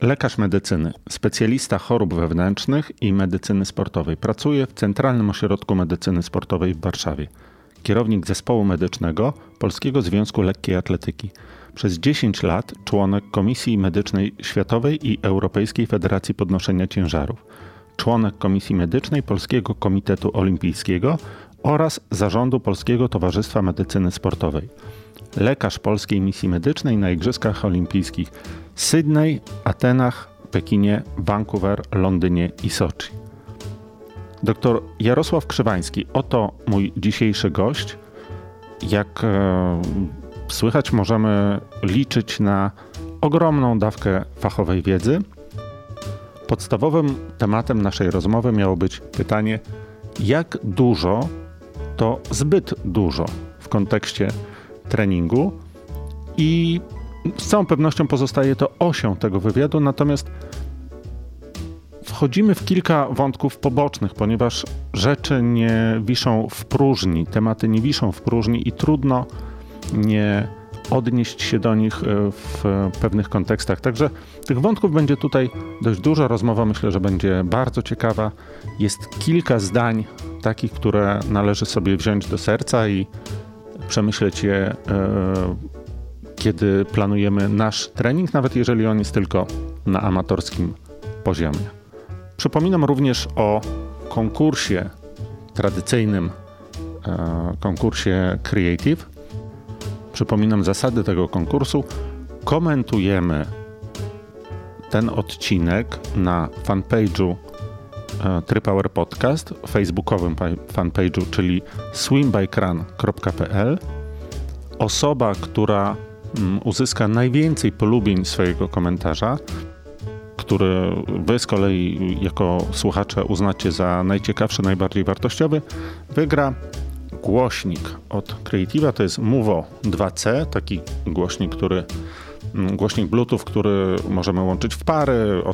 lekarz medycyny, specjalista chorób wewnętrznych i medycyny sportowej. Pracuje w Centralnym Ośrodku Medycyny Sportowej w Warszawie. Kierownik zespołu medycznego Polskiego Związku Lekkiej Atletyki. Przez 10 lat członek Komisji Medycznej Światowej i Europejskiej Federacji Podnoszenia Ciężarów. Członek Komisji Medycznej Polskiego Komitetu Olimpijskiego oraz Zarządu Polskiego Towarzystwa Medycyny Sportowej. Lekarz Polskiej Misji Medycznej na Igrzyskach Olimpijskich w Sydney, Atenach, Pekinie, Vancouver, Londynie i Soczi. Dr Jarosław Krzywański, oto mój dzisiejszy gość. Jak słychać, możemy liczyć na ogromną dawkę fachowej wiedzy. Podstawowym tematem naszej rozmowy miało być pytanie, jak dużo to zbyt dużo w kontekście treningu i z całą pewnością pozostaje to osią tego wywiadu, natomiast wchodzimy w kilka wątków pobocznych, ponieważ rzeczy nie wiszą w próżni, tematy nie wiszą w próżni i trudno nie odnieść się do nich w pewnych kontekstach. Także tych wątków będzie tutaj dość dużo. Rozmowa myślę, że będzie bardzo ciekawa. Jest kilka zdań takich, które należy sobie wziąć do serca i przemyśleć je, kiedy planujemy nasz trening, nawet jeżeli on jest tylko na amatorskim poziomie. Przypominam również o konkursie, tradycyjnym konkursie Creative. Przypominam zasady tego konkursu. Komentujemy ten odcinek na fanpage'u Tripower Podcast, facebookowym fanpage'u, czyli swimbikeRun.pl. Osoba, która uzyska najwięcej polubień swojego komentarza, który wy z kolei jako słuchacze uznacie za najciekawszy, najbardziej wartościowy, wygra głośnik od Creative'a. To jest Movo 2C, taki głośnik Bluetooth, który możemy łączyć w pary,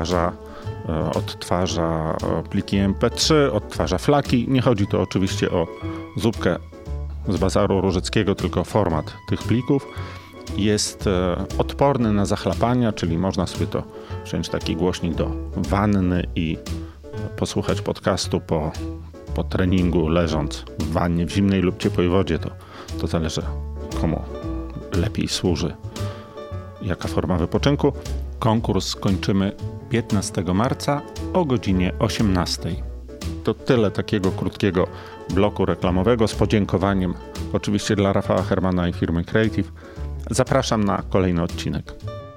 odtwarza pliki MP3, odtwarza flaki. Nie chodzi tu oczywiście o zupkę z bazaru różyckiego, tylko format tych plików. Jest odporny na zachlapania, czyli można sobie to wziąć taki głośnik do wanny i posłuchać podcastu po treningu, leżąc w wannie w zimnej lub ciepłej wodzie. To zależy, komu lepiej służy jaka forma wypoczynku. Konkurs kończymy 15 marca o godzinie 18. To tyle takiego krótkiego bloku reklamowego z podziękowaniem oczywiście dla Rafała Hermana i firmy Creative. Zapraszam na kolejny odcinek.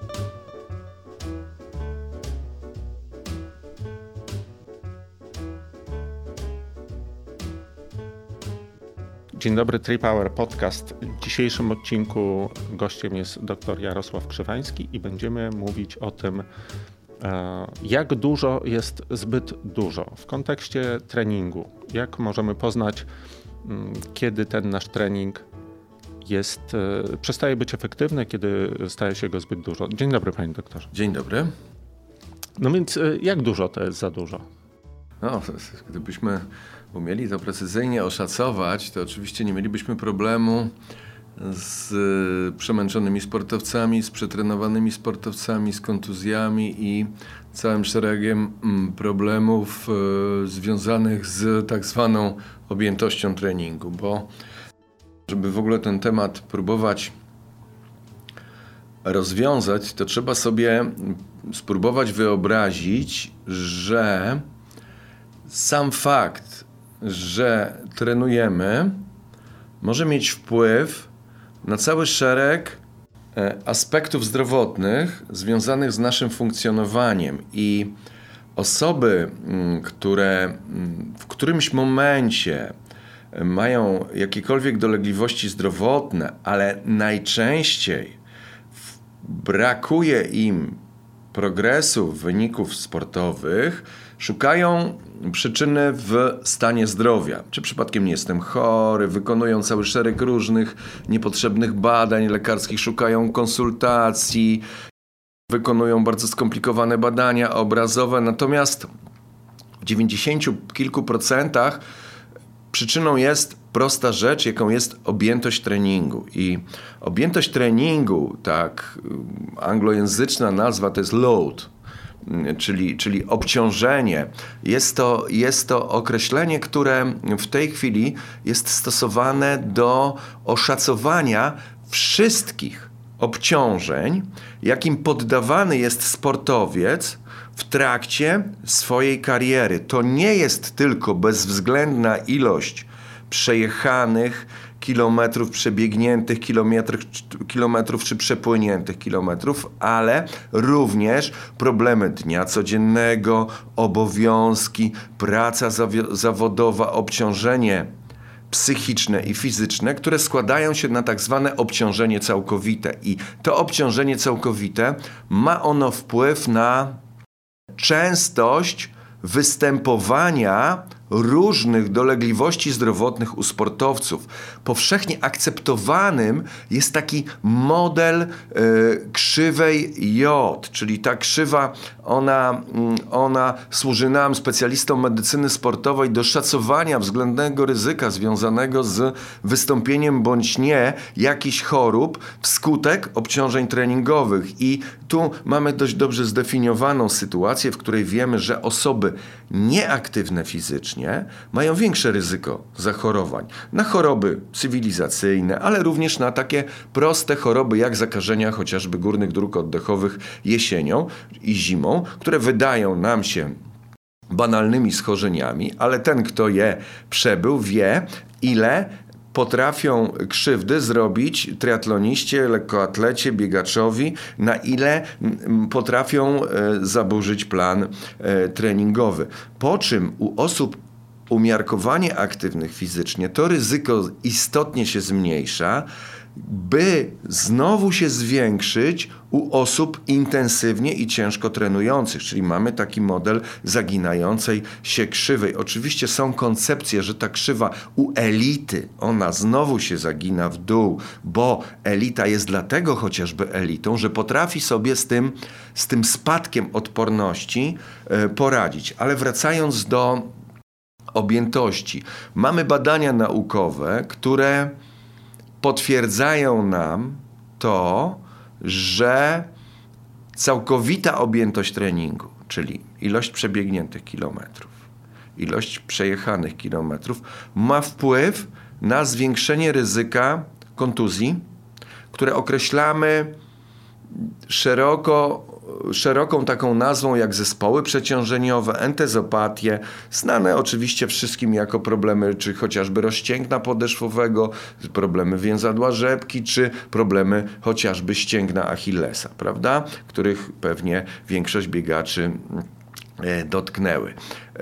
Dzień dobry, Tripower Podcast. W dzisiejszym odcinku gościem jest dr Jarosław Krzywański i będziemy mówić o tym, jak dużo jest zbyt dużo w kontekście treningu. Jak możemy poznać, kiedy ten nasz trening przestaje być efektywny, kiedy staje się go zbyt dużo. Dzień dobry, panie doktorze. Dzień dobry. No więc jak dużo to jest za dużo? No, gdybyśmy umieli to precyzyjnie oszacować, to oczywiście nie mielibyśmy problemu z przemęczonymi sportowcami, z przetrenowanymi sportowcami, z kontuzjami i całym szeregiem problemów związanych z tak zwaną objętością treningu, bo żeby w ogóle ten temat próbować rozwiązać, to trzeba sobie spróbować wyobrazić, że sam fakt, że trenujemy, może mieć wpływ na cały szereg aspektów zdrowotnych związanych z naszym funkcjonowaniem i osoby, które w którymś momencie mają jakiekolwiek dolegliwości zdrowotne, ale najczęściej brakuje im progresu wyników sportowych, szukają przyczyny w stanie zdrowia. Czy przypadkiem nie jestem chory, wykonują cały szereg różnych niepotrzebnych badań lekarskich, szukają konsultacji, wykonują bardzo skomplikowane badania obrazowe, natomiast w 90 kilku procentach przyczyną jest prosta rzecz, jaką jest objętość treningu. I objętość treningu, tak anglojęzyczna nazwa to jest load, czyli obciążenie. Jest to określenie, które w tej chwili jest stosowane do oszacowania wszystkich obciążeń, jakim poddawany jest sportowiec w trakcie swojej kariery. To nie jest tylko bezwzględna ilość przejechanych kilometrów, przebiegniętych kilometrów czy przepłyniętych kilometrów, ale również problemy dnia codziennego, obowiązki, praca zawodowa, obciążenie psychiczne i fizyczne, które składają się na tak zwane obciążenie całkowite. I to obciążenie całkowite ma ono wpływ na częstość występowania różnych dolegliwości zdrowotnych u sportowców. Powszechnie akceptowanym jest taki model krzywej J, czyli ta krzywa, ona służy nam, specjalistom medycyny sportowej, do szacowania względnego ryzyka związanego z wystąpieniem bądź nie jakichś chorób wskutek obciążeń treningowych. I tu mamy dość dobrze zdefiniowaną sytuację, w której wiemy, że osoby nieaktywne fizycznie mają większe ryzyko zachorowań na choroby cywilizacyjne, ale również na takie proste choroby jak zakażenia chociażby górnych dróg oddechowych jesienią i zimą, które wydają nam się banalnymi schorzeniami, ale ten, kto je przebył, wie, ile potrafią krzywdy zrobić triatloniście, lekkoatlecie, biegaczowi, na ile potrafią zaburzyć plan treningowy. Po czym u osób umiarkowanie aktywnych fizycznie to ryzyko istotnie się zmniejsza, by znowu się zwiększyć u osób intensywnie i ciężko trenujących, czyli mamy taki model zaginającej się krzywej. Oczywiście są koncepcje, że ta krzywa u elity, ona znowu się zagina w dół, bo elita jest dlatego chociażby elitą, że potrafi sobie z tym spadkiem odporności poradzić. Ale wracając do objętości, mamy badania naukowe, które potwierdzają nam to, że całkowita objętość treningu, czyli ilość przebiegniętych kilometrów, ilość przejechanych kilometrów, ma wpływ na zwiększenie ryzyka kontuzji, które określamy szeroką taką nazwą jak zespoły przeciążeniowe, entezopatie, znane oczywiście wszystkim jako problemy czy chociażby rozścięgna podeszwowego, problemy więzadła rzepki, czy problemy chociażby ścięgna Achillesa, prawda? Których pewnie większość biegaczy dotknęły.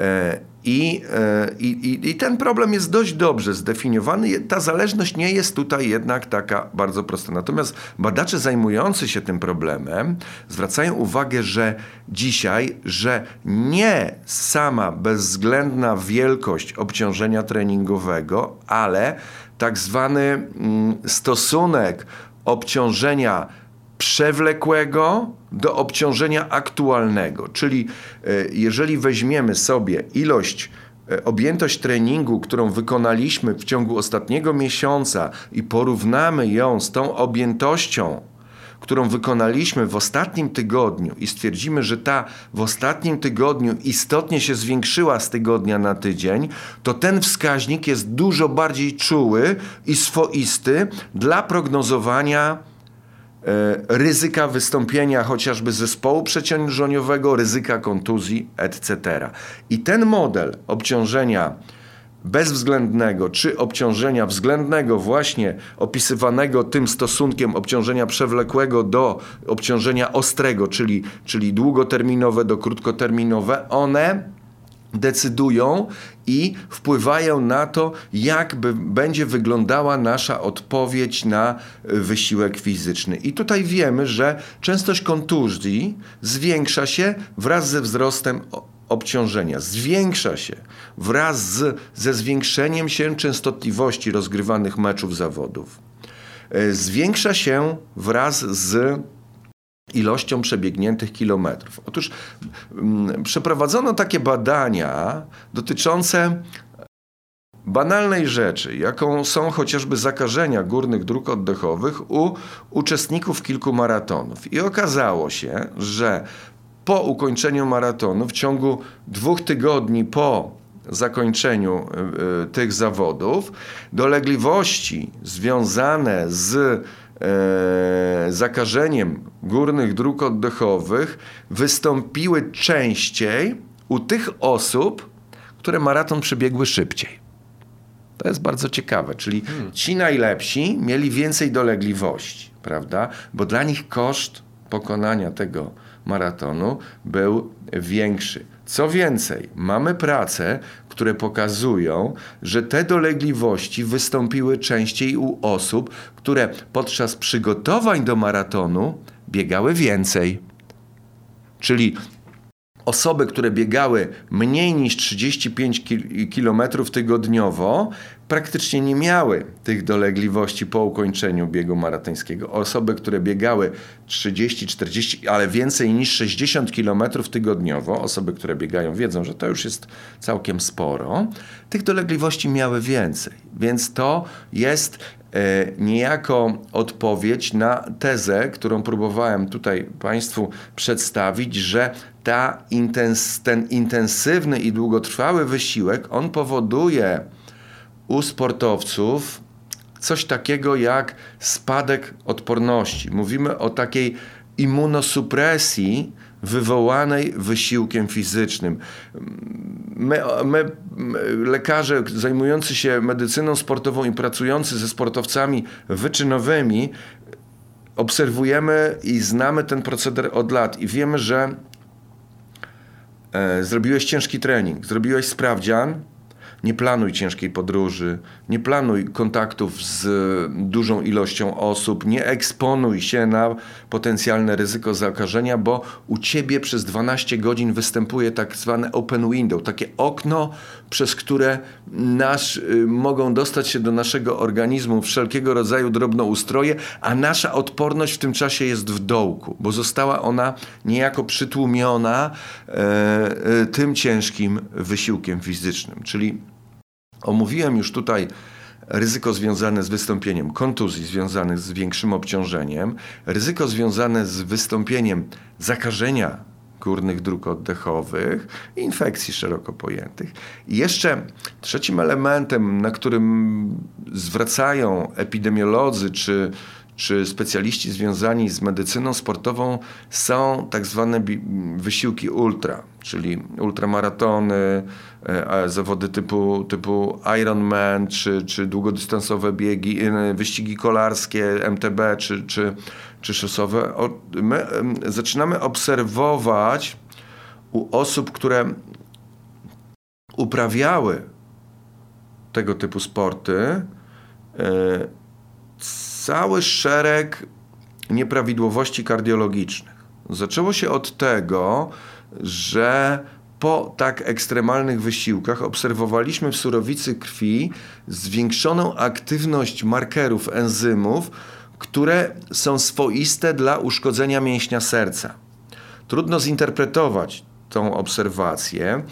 I ten problem jest dość dobrze zdefiniowany. Ta zależność nie jest tutaj jednak taka bardzo prosta. Natomiast badacze zajmujący się tym problemem zwracają uwagę, że dzisiaj, że nie sama bezwzględna wielkość obciążenia treningowego, ale tak zwany stosunek obciążenia przewlekłego do obciążenia aktualnego. Czyli jeżeli weźmiemy sobie objętość treningu, którą wykonaliśmy w ciągu ostatniego miesiąca i porównamy ją z tą objętością, którą wykonaliśmy w ostatnim tygodniu i stwierdzimy, że ta w ostatnim tygodniu istotnie się zwiększyła z tygodnia na tydzień, to ten wskaźnik jest dużo bardziej czuły i swoisty dla prognozowania ryzyka wystąpienia chociażby zespołu przeciążeniowego, ryzyka kontuzji, etc. I ten model obciążenia bezwzględnego czy obciążenia względnego właśnie opisywanego tym stosunkiem obciążenia przewlekłego do obciążenia ostrego, czyli długoterminowe do krótkoterminowe, one decydują i wpływają na to, jak będzie wyglądała nasza odpowiedź na wysiłek fizyczny. I tutaj wiemy, że częstość kontuzji zwiększa się wraz ze wzrostem obciążenia. Zwiększa się wraz ze zwiększeniem się częstotliwości rozgrywanych meczów zawodów. Zwiększa się wraz z ilością przebiegniętych kilometrów. Otóż przeprowadzono takie badania dotyczące banalnej rzeczy, jaką są chociażby zakażenia górnych dróg oddechowych u uczestników kilku maratonów. I okazało się, że po ukończeniu maratonu, w ciągu 2 tygodni po zakończeniu tych zawodów, dolegliwości związane z zakażeniem górnych dróg oddechowych wystąpiły częściej u tych osób, które maraton przebiegły szybciej. To jest bardzo ciekawe, czyli ci najlepsi mieli więcej dolegliwości, prawda? Bo dla nich koszt pokonania tego maratonu był większy. Co więcej, mamy prace, które pokazują, że te dolegliwości wystąpiły częściej u osób, które podczas przygotowań do maratonu biegały więcej. Czyli osoby, które biegały mniej niż 35 km tygodniowo, praktycznie nie miały tych dolegliwości po ukończeniu biegu maratońskiego. Osoby, które biegały 30, 40, ale więcej niż 60 km tygodniowo, osoby, które biegają, wiedzą, że to już jest całkiem sporo, tych dolegliwości miały więcej. Więc to jest niejako odpowiedź na tezę, którą próbowałem tutaj Państwu przedstawić, że ten intensywny i długotrwały wysiłek, on powoduje u sportowców coś takiego jak spadek odporności. Mówimy o takiej immunosupresji wywołanej wysiłkiem fizycznym. My, lekarze zajmujący się medycyną sportową i pracujący ze sportowcami wyczynowymi, obserwujemy i znamy ten proceder od lat i wiemy, że zrobiłeś ciężki trening, zrobiłeś sprawdzian, nie planuj ciężkiej podróży, nie planuj kontaktów z dużą ilością osób, nie eksponuj się na potencjalne ryzyko zakażenia, bo u ciebie przez 12 godzin występuje tak zwane open window, takie okno, przez które mogą dostać się do naszego organizmu wszelkiego rodzaju drobnoustroje, a nasza odporność w tym czasie jest w dołku, bo została ona niejako przytłumiona tym ciężkim wysiłkiem fizycznym. Czyli omówiłem już tutaj ryzyko związane z wystąpieniem kontuzji związanych z większym obciążeniem, ryzyko związane z wystąpieniem zakażenia górnych dróg oddechowych i infekcji szeroko pojętych. I jeszcze trzecim elementem, na którym zwracają epidemiolodzy czy specjaliści związani z medycyną sportową, są tak zwane wysiłki ultra, czyli ultramaratony, zawody typu Ironman, czy długodystansowe biegi, wyścigi kolarskie, MTB, czy szosowe. My zaczynamy obserwować u osób, które uprawiały tego typu sporty, cały szereg nieprawidłowości kardiologicznych. Zaczęło się od tego, że po tak ekstremalnych wysiłkach obserwowaliśmy w surowicy krwi zwiększoną aktywność markerów enzymów, które są swoiste dla uszkodzenia mięśnia serca. Trudno zinterpretować tą obserwację.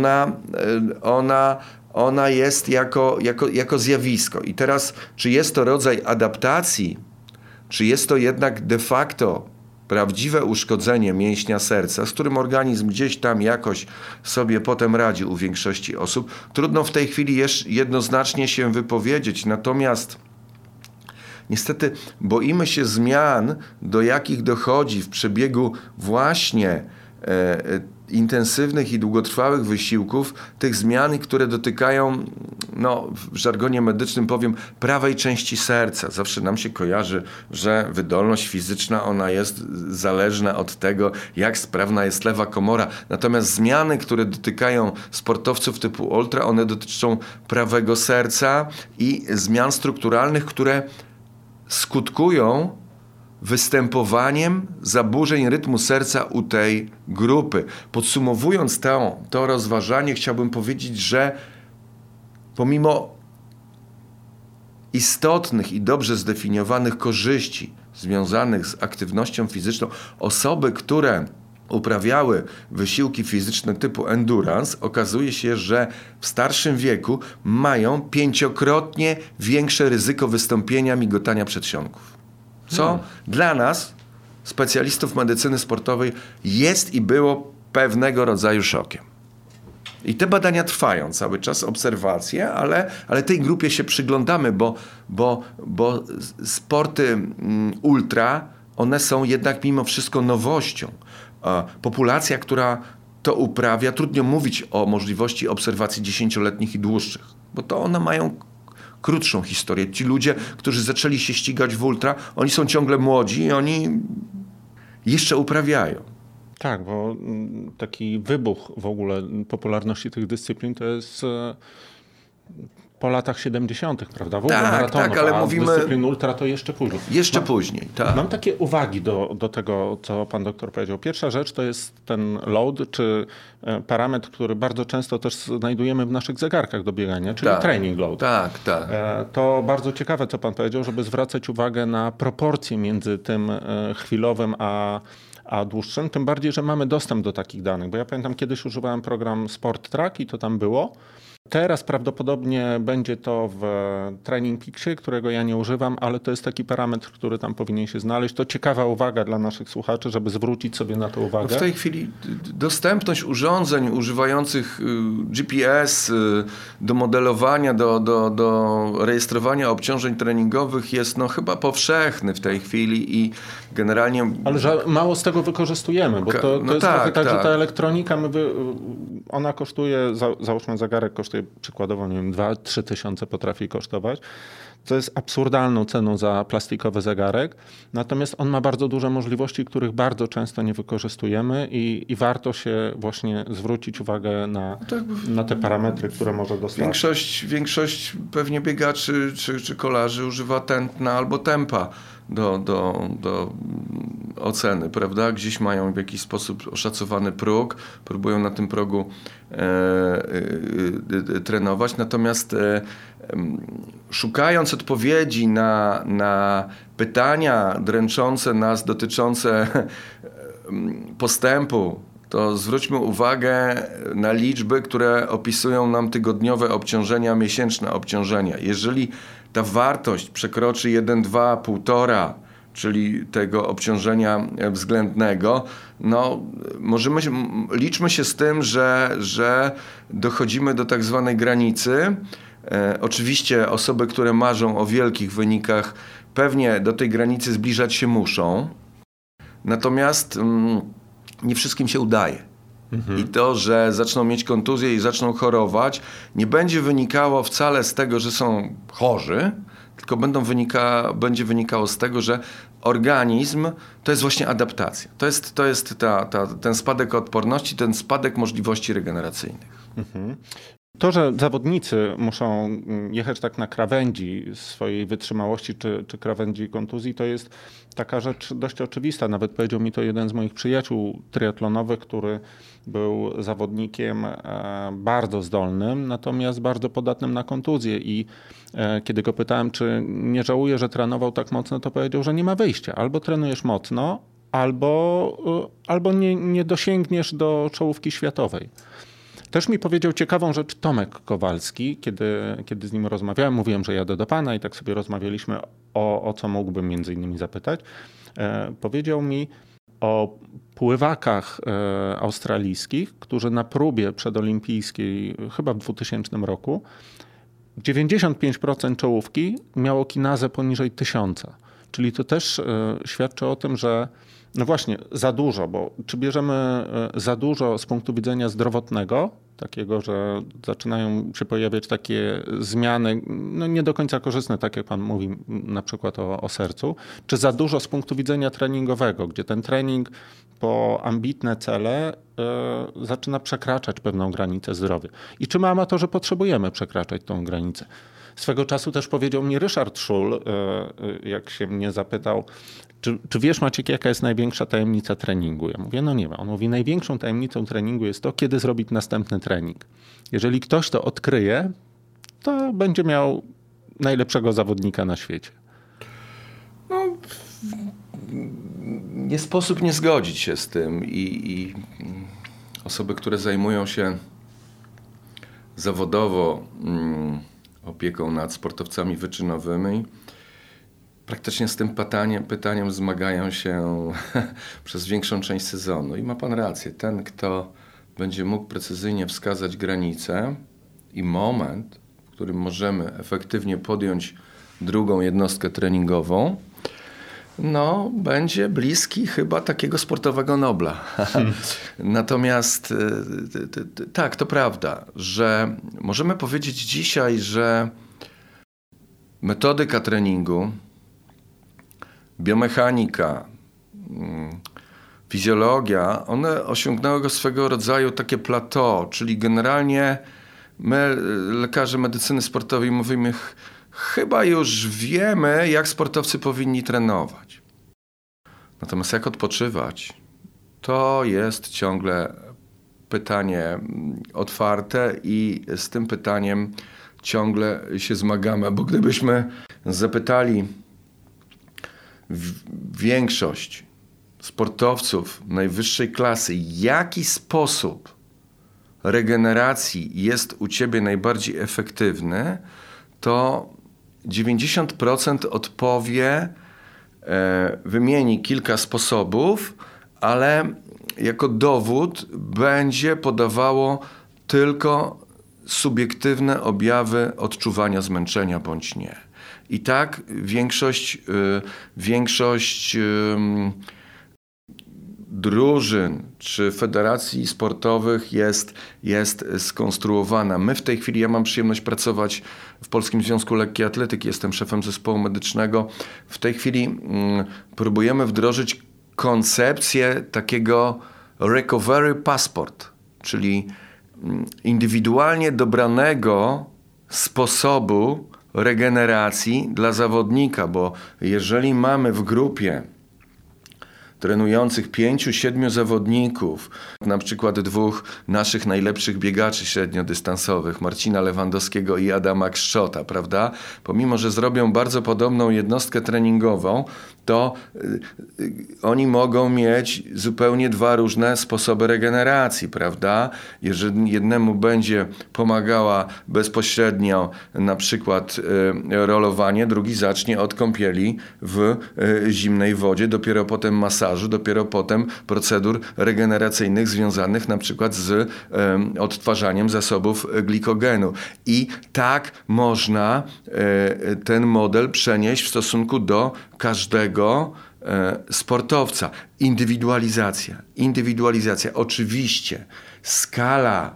Ona jest jako zjawisko. I teraz, czy jest to rodzaj adaptacji, czy jest to jednak de facto prawdziwe uszkodzenie mięśnia serca, z którym organizm gdzieś tam jakoś sobie potem radzi u większości osób, trudno w tej chwili jednoznacznie się wypowiedzieć. Natomiast niestety boimy się zmian, do jakich dochodzi w przebiegu właśnie intensywnych i długotrwałych wysiłków, tych zmian, które dotykają, w żargonie medycznym powiem, prawej części serca. Zawsze nam się kojarzy, że wydolność fizyczna, ona jest zależna od tego, jak sprawna jest lewa komora. Natomiast zmiany, które dotykają sportowców typu ultra, one dotyczą prawego serca i zmian strukturalnych, które skutkują występowaniem zaburzeń rytmu serca u tej grupy. Podsumowując to rozważanie, chciałbym powiedzieć, że pomimo istotnych i dobrze zdefiniowanych korzyści związanych z aktywnością fizyczną, osoby, które uprawiały wysiłki fizyczne typu endurance, okazuje się, że w starszym wieku mają 5-krotnie większe ryzyko wystąpienia migotania przedsionków. Co dla nas, specjalistów medycyny sportowej, jest i było pewnego rodzaju szokiem. I te badania trwają cały czas, obserwacje, ale tej grupie się przyglądamy, bo sporty ultra, one są jednak mimo wszystko nowością. Populacja, która to uprawia, trudno mówić o możliwości obserwacji 10-letnich i dłuższych, bo to one mają krótszą historię. Ci ludzie, którzy zaczęli się ścigać w ultra, oni są ciągle młodzi i oni jeszcze uprawiają. Tak, bo taki wybuch w ogóle popularności tych dyscyplin to jest po latach 70., prawda? W ogóle maratonów, tak, ale mówimy... dyscyplin ultra to jeszcze później. Później, tak. Mam takie uwagi do tego, co pan doktor powiedział. Pierwsza rzecz to jest ten load, czy parametr, który bardzo często też znajdujemy w naszych zegarkach do biegania, czyli training load. Tak. To bardzo ciekawe, co pan powiedział, żeby zwracać uwagę na proporcje między tym chwilowym a dłuższym, tym bardziej, że mamy dostęp do takich danych, bo ja pamiętam, kiedyś używałem program Sport Track i to tam było. Teraz prawdopodobnie będzie to w Training Peaksie, którego ja nie używam, ale to jest taki parametr, który tam powinien się znaleźć. To ciekawa uwaga dla naszych słuchaczy, żeby zwrócić sobie na to uwagę. W tej chwili dostępność urządzeń używających GPS do modelowania, do rejestrowania obciążeń treningowych jest chyba powszechny w tej chwili i generalnie... Ale że mało z tego wykorzystujemy, bo to jest trochę tak, że ta elektronika, ona kosztuje, załóżmy zegarek kosztuje przykładowo, nie wiem, 2-3 tysiące potrafi kosztować. To jest absurdalną ceną za plastikowy zegarek. Natomiast on ma bardzo duże możliwości, których bardzo często nie wykorzystujemy i warto się właśnie zwrócić uwagę na te parametry, które może dostarczyć. Większość pewnie biegaczy czy kolarzy używa tętna albo tempa do oceny, prawda? Gdzieś mają w jakiś sposób oszacowany próg, próbują na tym progu trenować, natomiast szukając odpowiedzi na pytania dręczące nas dotyczące postępu, to zwróćmy uwagę na liczby, które opisują nam tygodniowe obciążenia, miesięczne obciążenia. Jeżeli ta wartość przekroczy 1, 2, 1,5, czyli tego obciążenia względnego, liczmy się z tym, że dochodzimy do tak zwanej granicy. Oczywiście osoby, które marzą o wielkich wynikach, pewnie do tej granicy zbliżać się muszą. Natomiast nie wszystkim się udaje. I to, że zaczną mieć kontuzję i zaczną chorować, nie będzie wynikało wcale z tego, że są chorzy, tylko będzie wynikało z tego, że organizm to jest właśnie adaptacja. To jest ten spadek odporności, ten spadek możliwości regeneracyjnych. To, że zawodnicy muszą jechać tak na krawędzi swojej wytrzymałości czy krawędzi kontuzji, to jest taka rzecz dość oczywista. Nawet powiedział mi to jeden z moich przyjaciół triatlonowych, który był zawodnikiem bardzo zdolnym, natomiast bardzo podatnym na kontuzję. I kiedy go pytałem, czy nie żałuje, że trenował tak mocno, to powiedział, że nie ma wyjścia. Albo trenujesz mocno, albo nie dosięgniesz do czołówki światowej. Też mi powiedział ciekawą rzecz Tomek Kowalski, kiedy z nim rozmawiałem, mówiłem, że jadę do pana i tak sobie rozmawialiśmy o co mógłbym między innymi zapytać. Powiedział mi o pływakach australijskich, którzy na próbie przedolimpijskiej, chyba w 2000 roku, 95% czołówki miało kinazę poniżej 1000. Czyli to też świadczy o tym, że no właśnie, za dużo, bo czy bierzemy za dużo z punktu widzenia zdrowotnego, takiego, że zaczynają się pojawiać takie zmiany, no nie do końca korzystne, tak jak pan mówi na przykład o sercu, czy za dużo z punktu widzenia treningowego, gdzie ten trening po ambitne cele zaczyna przekraczać pewną granicę zdrowia. I czy my amatorzy potrzebujemy przekraczać tą granicę? Swego czasu też powiedział mi Ryszard Szul, jak się mnie zapytał, czy wiesz, Maciek, jaka jest największa tajemnica treningu? Ja mówię, no nie wiem. On mówi, największą tajemnicą treningu jest to, kiedy zrobić następny trening. Jeżeli ktoś to odkryje, to będzie miał najlepszego zawodnika na świecie. No, nie sposób nie zgodzić się z tym i osoby, które zajmują się zawodowo opieką nad sportowcami wyczynowymi, praktycznie z tym pytaniem zmagają się przez większą część sezonu. I ma pan rację, ten, kto będzie mógł precyzyjnie wskazać granicę i moment, w którym możemy efektywnie podjąć drugą jednostkę treningową, no, będzie bliski chyba takiego sportowego Nobla. Natomiast tak, to prawda, że możemy powiedzieć dzisiaj, że metodyka treningu, biomechanika, fizjologia, one osiągnęły swego rodzaju takie plateau, czyli generalnie my, lekarze medycyny sportowej, mówimy, chyba już wiemy, jak sportowcy powinni trenować. Natomiast jak odpoczywać, to jest ciągle pytanie otwarte i z tym pytaniem ciągle się zmagamy, bo gdybyśmy zapytali większość sportowców najwyższej klasy, jaki sposób regeneracji jest u ciebie najbardziej efektywny, to 90% odpowie, wymieni kilka sposobów, ale jako dowód będzie podawało tylko subiektywne objawy odczuwania zmęczenia bądź nie. I tak większość drużyn czy federacji sportowych jest skonstruowana. My w tej chwili, ja mam przyjemność pracować w Polskim Związku Lekkiej Atletyki, jestem szefem zespołu medycznego. W tej chwili próbujemy wdrożyć koncepcję takiego recovery passport, czyli indywidualnie dobranego sposobu regeneracji dla zawodnika, bo jeżeli mamy w grupie trenujących 5-7 zawodników, na przykład 2 naszych najlepszych biegaczy średniodystansowych, Marcina Lewandowskiego i Adama Krzczota, prawda? Pomimo, że zrobią bardzo podobną jednostkę treningową, to oni mogą mieć zupełnie 2 różne sposoby regeneracji, prawda? Jeżeli jednemu będzie pomagała bezpośrednio na przykład rolowanie, drugi zacznie od kąpieli w zimnej wodzie, dopiero potem masażu, dopiero potem procedur regeneracyjnych związanych na przykład z odtwarzaniem zasobów glikogenu. I tak można ten model przenieść w stosunku do każdego sportowca. Indywidualizacja. Oczywiście skala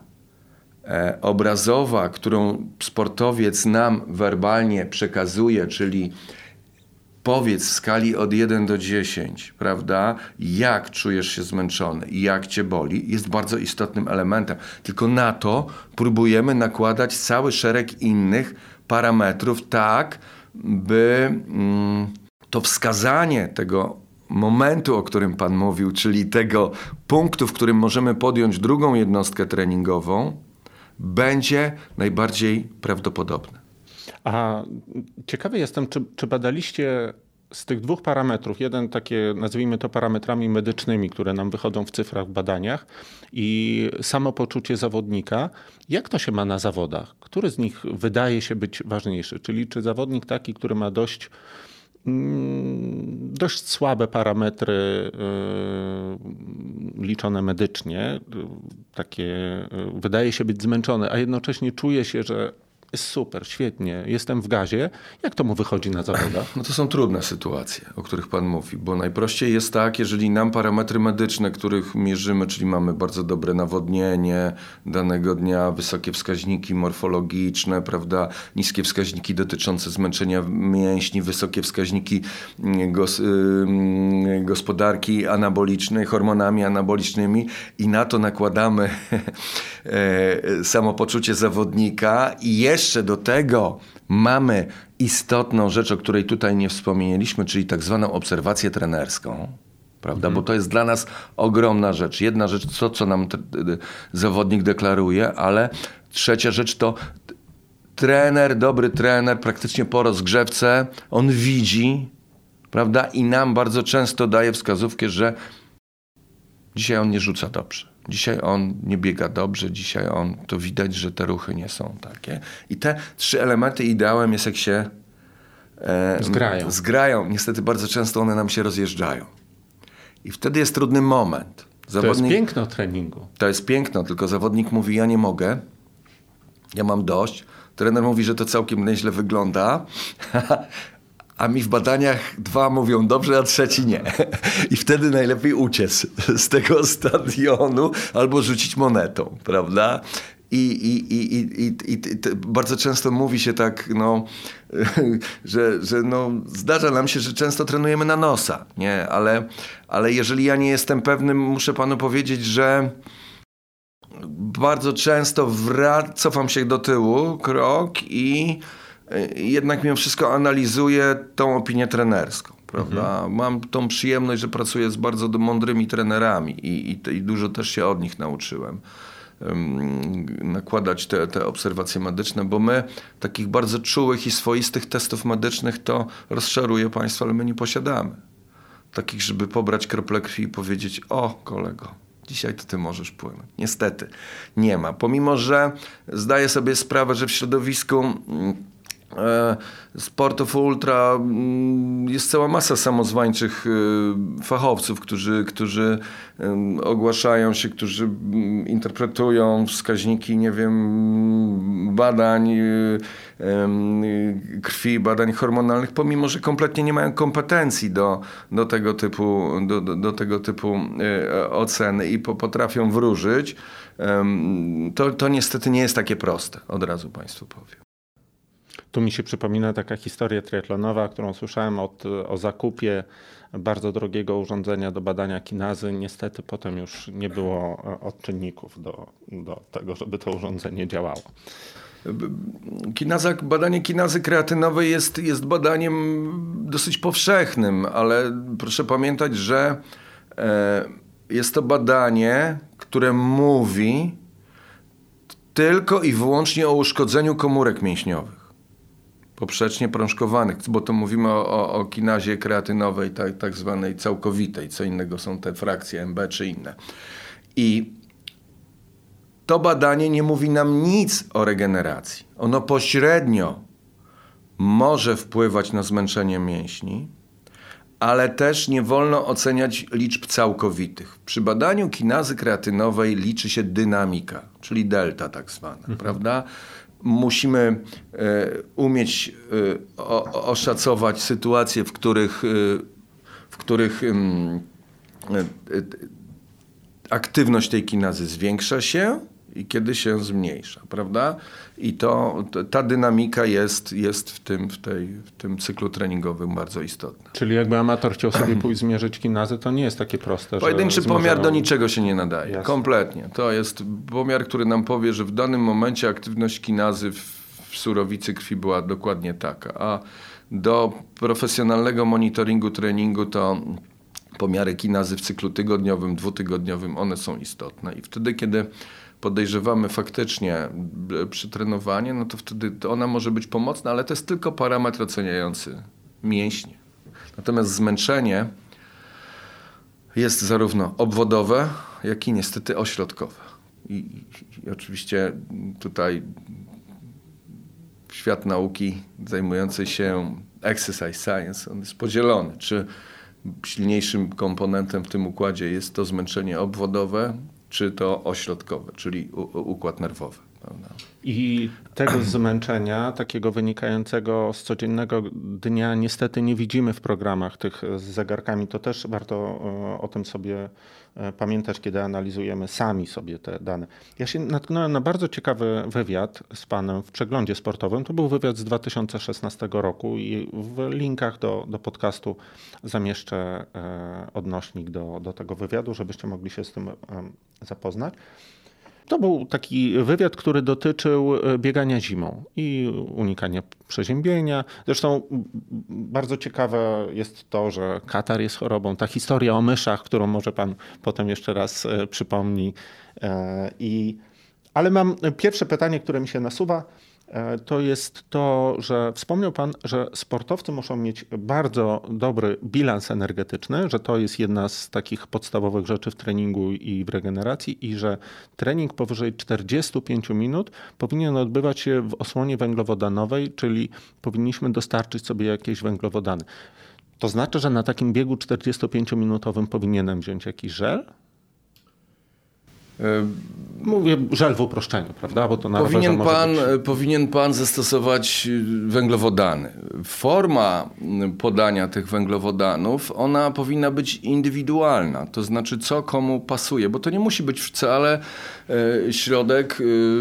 obrazowa, którą sportowiec nam werbalnie przekazuje, czyli powiedz w skali od 1 do 10, prawda, jak czujesz się zmęczony i jak cię boli, jest bardzo istotnym elementem. Tylko na to próbujemy nakładać cały szereg innych parametrów, tak by to wskazanie tego momentu, o którym pan mówił, czyli tego punktu, w którym możemy podjąć drugą jednostkę treningową, będzie najbardziej prawdopodobne. A ciekawy jestem, czy badaliście z tych 2 parametrów, jeden takie, nazwijmy to parametrami medycznymi, które nam wychodzą w cyfrach w badaniach, i samopoczucie zawodnika, jak to się ma na zawodach? Który z nich wydaje się być ważniejszy? Czyli czy zawodnik taki, który ma dość słabe parametry liczone medycznie, takie wydaje się być zmęczony, a jednocześnie czuje się, że jest super, świetnie, jestem w gazie. Jak to mu wychodzi na zawodach? No to są trudne sytuacje, o których pan mówi, bo najprościej jest tak, jeżeli nam parametry medyczne, których mierzymy, czyli mamy bardzo dobre nawodnienie danego dnia, wysokie wskaźniki morfologiczne, prawda, niskie wskaźniki dotyczące zmęczenia mięśni, wysokie wskaźniki gospodarki anabolicznej, hormonami anabolicznymi i na to nakładamy samopoczucie zawodnika i jeszcze do tego mamy istotną rzecz, o której tutaj nie wspomnieliśmy, czyli tak zwaną obserwację trenerską, prawda? Bo to jest dla nas ogromna rzecz. Jedna rzecz to, co nam zawodnik deklaruje, ale trzecia rzecz to dobry trener praktycznie po rozgrzewce, on widzi, prawda? I nam bardzo często daje wskazówkę, że dzisiaj on nie rzuca dobrze. Dzisiaj on nie biega dobrze, dzisiaj to widać, że te ruchy nie są takie. I te 3 elementy ideałem jest, jak się zgrają. Niestety bardzo często one nam się rozjeżdżają. I wtedy jest trudny moment. To jest piękno treningu. To jest piękno, tylko zawodnik mówi, ja nie mogę, ja mam dość. Trener mówi, że to całkiem nieźle wygląda, a mi w badaniach 2 mówią dobrze, a 3 nie. I wtedy najlepiej uciec z tego stadionu albo rzucić monetą, prawda? I bardzo często mówi się tak, że zdarza nam się, że często trenujemy na nosa, nie? Ale jeżeli ja nie jestem pewny, muszę panu powiedzieć, że bardzo często cofam się do tyłu krok i jednak mimo wszystko analizuję tą opinię trenerską, prawda? Mam tą przyjemność, że pracuję z bardzo mądrymi trenerami i dużo też się od nich nauczyłem. Nakładać te obserwacje medyczne, bo my takich bardzo czułych i swoistych testów medycznych to rozczaruję państwa, ale my nie posiadamy. Takich, żeby pobrać krople krwi i powiedzieć, o kolego, dzisiaj to ty możesz płynąć. Niestety nie ma. Pomimo, że zdaję sobie sprawę, że w środowisku sportów ultra jest cała masa samozwańczych fachowców, którzy ogłaszają się, którzy interpretują wskaźniki, nie wiem, badań krwi, badań hormonalnych, pomimo że kompletnie nie mają kompetencji do tego typu oceny i potrafią wróżyć, to niestety nie jest takie proste, od razu państwu powiem. Tu mi się przypomina taka historia triatlonowa, którą słyszałem o zakupie bardzo drogiego urządzenia do badania kinazy. Niestety potem już nie było odczynników do tego, żeby to urządzenie działało. Badanie kinazy kreatynowej jest badaniem dosyć powszechnym, ale proszę pamiętać, że jest to badanie, które mówi tylko i wyłącznie o uszkodzeniu komórek mięśniowych. Poprzecznie prążkowanych, bo to mówimy o kinazie kreatynowej tak zwanej całkowitej, co innego są te frakcje MB czy inne. I to badanie nie mówi nam nic o regeneracji. Ono pośrednio może wpływać na zmęczenie mięśni, ale też nie wolno oceniać liczb całkowitych. Przy badaniu kinazy kreatynowej liczy się dynamika, czyli delta tak zwana, prawda? Musimy umieć oszacować sytuacje, w których aktywność tej kinazy zwiększa się i kiedy się zmniejsza, prawda? I ta dynamika jest w tym cyklu treningowym bardzo istotna. Czyli jakby amator chciał sobie pójść zmierzyć kinazę, to nie jest takie proste. Pojedynczy pomiar do niczego się nie nadaje. Jasne. Kompletnie. To jest pomiar, który nam powie, że w danym momencie aktywność kinazy w surowicy krwi była dokładnie taka. A do profesjonalnego monitoringu treningu to pomiary kinazy w cyklu tygodniowym, dwutygodniowym, one są istotne. I wtedy, kiedy podejrzewamy faktycznie przetrenowanie, no to wtedy ona może być pomocna, ale to jest tylko parametr oceniający mięśnie. Natomiast zmęczenie jest zarówno obwodowe, jak i niestety ośrodkowe. I oczywiście tutaj świat nauki zajmujący się exercise science, on jest podzielony. Czy silniejszym komponentem w tym układzie jest to zmęczenie obwodowe, czy to ośrodkowe, czyli układ nerwowy. Prawda? I tego zmęczenia, takiego wynikającego z codziennego dnia, niestety nie widzimy w programach tych z zegarkami. To też warto o tym sobie pamiętać, kiedy analizujemy sami sobie te dane. Ja się natknąłem na bardzo ciekawy wywiad z panem w Przeglądzie Sportowym. To był wywiad z 2016 roku i w linkach do podcastu zamieszczę odnośnik do tego wywiadu, żebyście mogli się z tym zapoznać. To był taki wywiad, który dotyczył biegania zimą i unikania przeziębienia. Zresztą bardzo ciekawe jest to, że katar jest chorobą. Ta historia o myszach, którą może pan potem jeszcze raz przypomni. Ale mam pierwsze pytanie, które mi się nasuwa. to jest to, że wspomniał Pan, że sportowcy muszą mieć bardzo dobry bilans energetyczny, że to jest jedna z takich podstawowych rzeczy w treningu i w regeneracji i że trening powyżej 45 minut powinien odbywać się w osłonie węglowodanowej, czyli powinniśmy dostarczyć sobie jakieś węglowodany. To znaczy, że na takim biegu 45-minutowym powinienem wziąć jakiś żel? Mówię żel w uproszczeniu, prawda? Bo to na powinien pan zastosować węglowodany. Forma podania tych węglowodanów, ona powinna być indywidualna. To znaczy, co komu pasuje, bo to nie musi być wcale środek,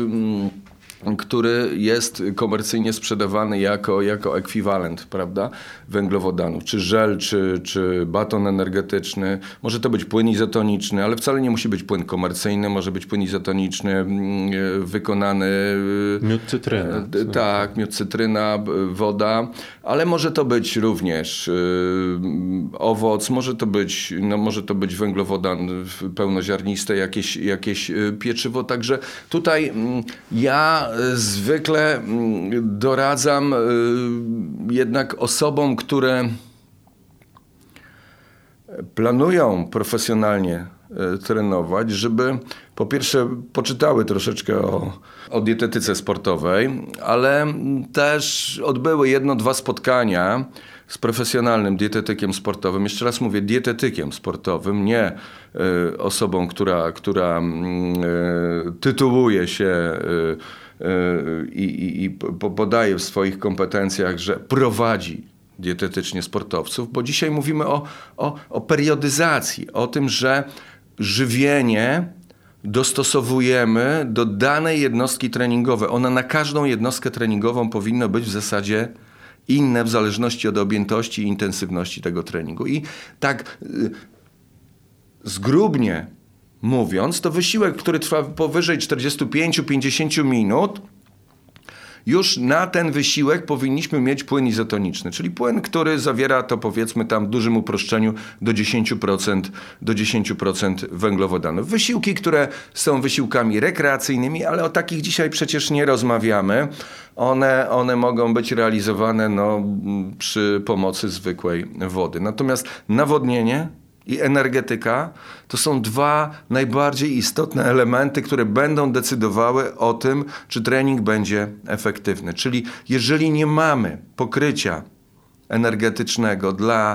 który jest komercyjnie sprzedawany jako ekwiwalent, prawda, węglowodanów, czy żel, czy baton energetyczny. Może to być płyn izotoniczny, ale wcale nie musi być płyn komercyjny, może być płyn izotoniczny wykonany... Miód cytryna. Tak, miód cytryna, woda, ale może to być również owoc, może to być węglowodan pełnoziarniste, jakieś pieczywo, także tutaj ja zwykle doradzam jednak osobom, które planują profesjonalnie trenować, żeby po pierwsze poczytały troszeczkę o dietetyce sportowej, ale też odbyły 1-2 spotkania z profesjonalnym dietetykiem sportowym. Jeszcze raz mówię, dietetykiem sportowym, nie osobą, która tytułuje się i podaje w swoich kompetencjach, że prowadzi dietetycznie sportowców, bo dzisiaj mówimy o periodyzacji, o tym, że żywienie dostosowujemy do danej jednostki treningowej. Ona na każdą jednostkę treningową powinno być w zasadzie inne w zależności od objętości i intensywności tego treningu. I tak zgrubnie mówiąc, to wysiłek, który trwa powyżej 45-50 minut, już na ten wysiłek powinniśmy mieć płyn izotoniczny, czyli płyn, który zawiera to, powiedzmy tam w dużym uproszczeniu do 10% węglowodanów. Wysiłki, które są wysiłkami rekreacyjnymi, ale o takich dzisiaj przecież nie rozmawiamy. One mogą być realizowane przy pomocy zwykłej wody. Natomiast nawodnienie i energetyka to są dwa najbardziej istotne elementy, które będą decydowały o tym, czy trening będzie efektywny. Czyli jeżeli nie mamy pokrycia energetycznego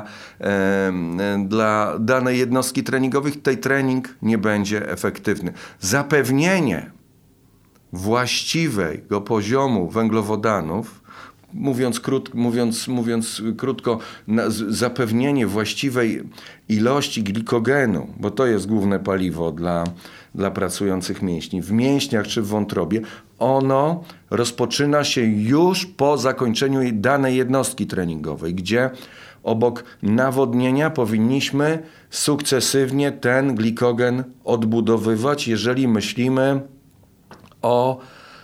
dla danej jednostki treningowej, tej trening nie będzie efektywny. Zapewnienie właściwego poziomu węglowodanów, mówiąc krótko, zapewnienie właściwej ilości glikogenu, bo to jest główne paliwo dla pracujących mięśni, w mięśniach czy w wątrobie, ono rozpoczyna się już po zakończeniu danej jednostki treningowej, gdzie obok nawodnienia powinniśmy sukcesywnie ten glikogen odbudowywać, jeżeli myślimy o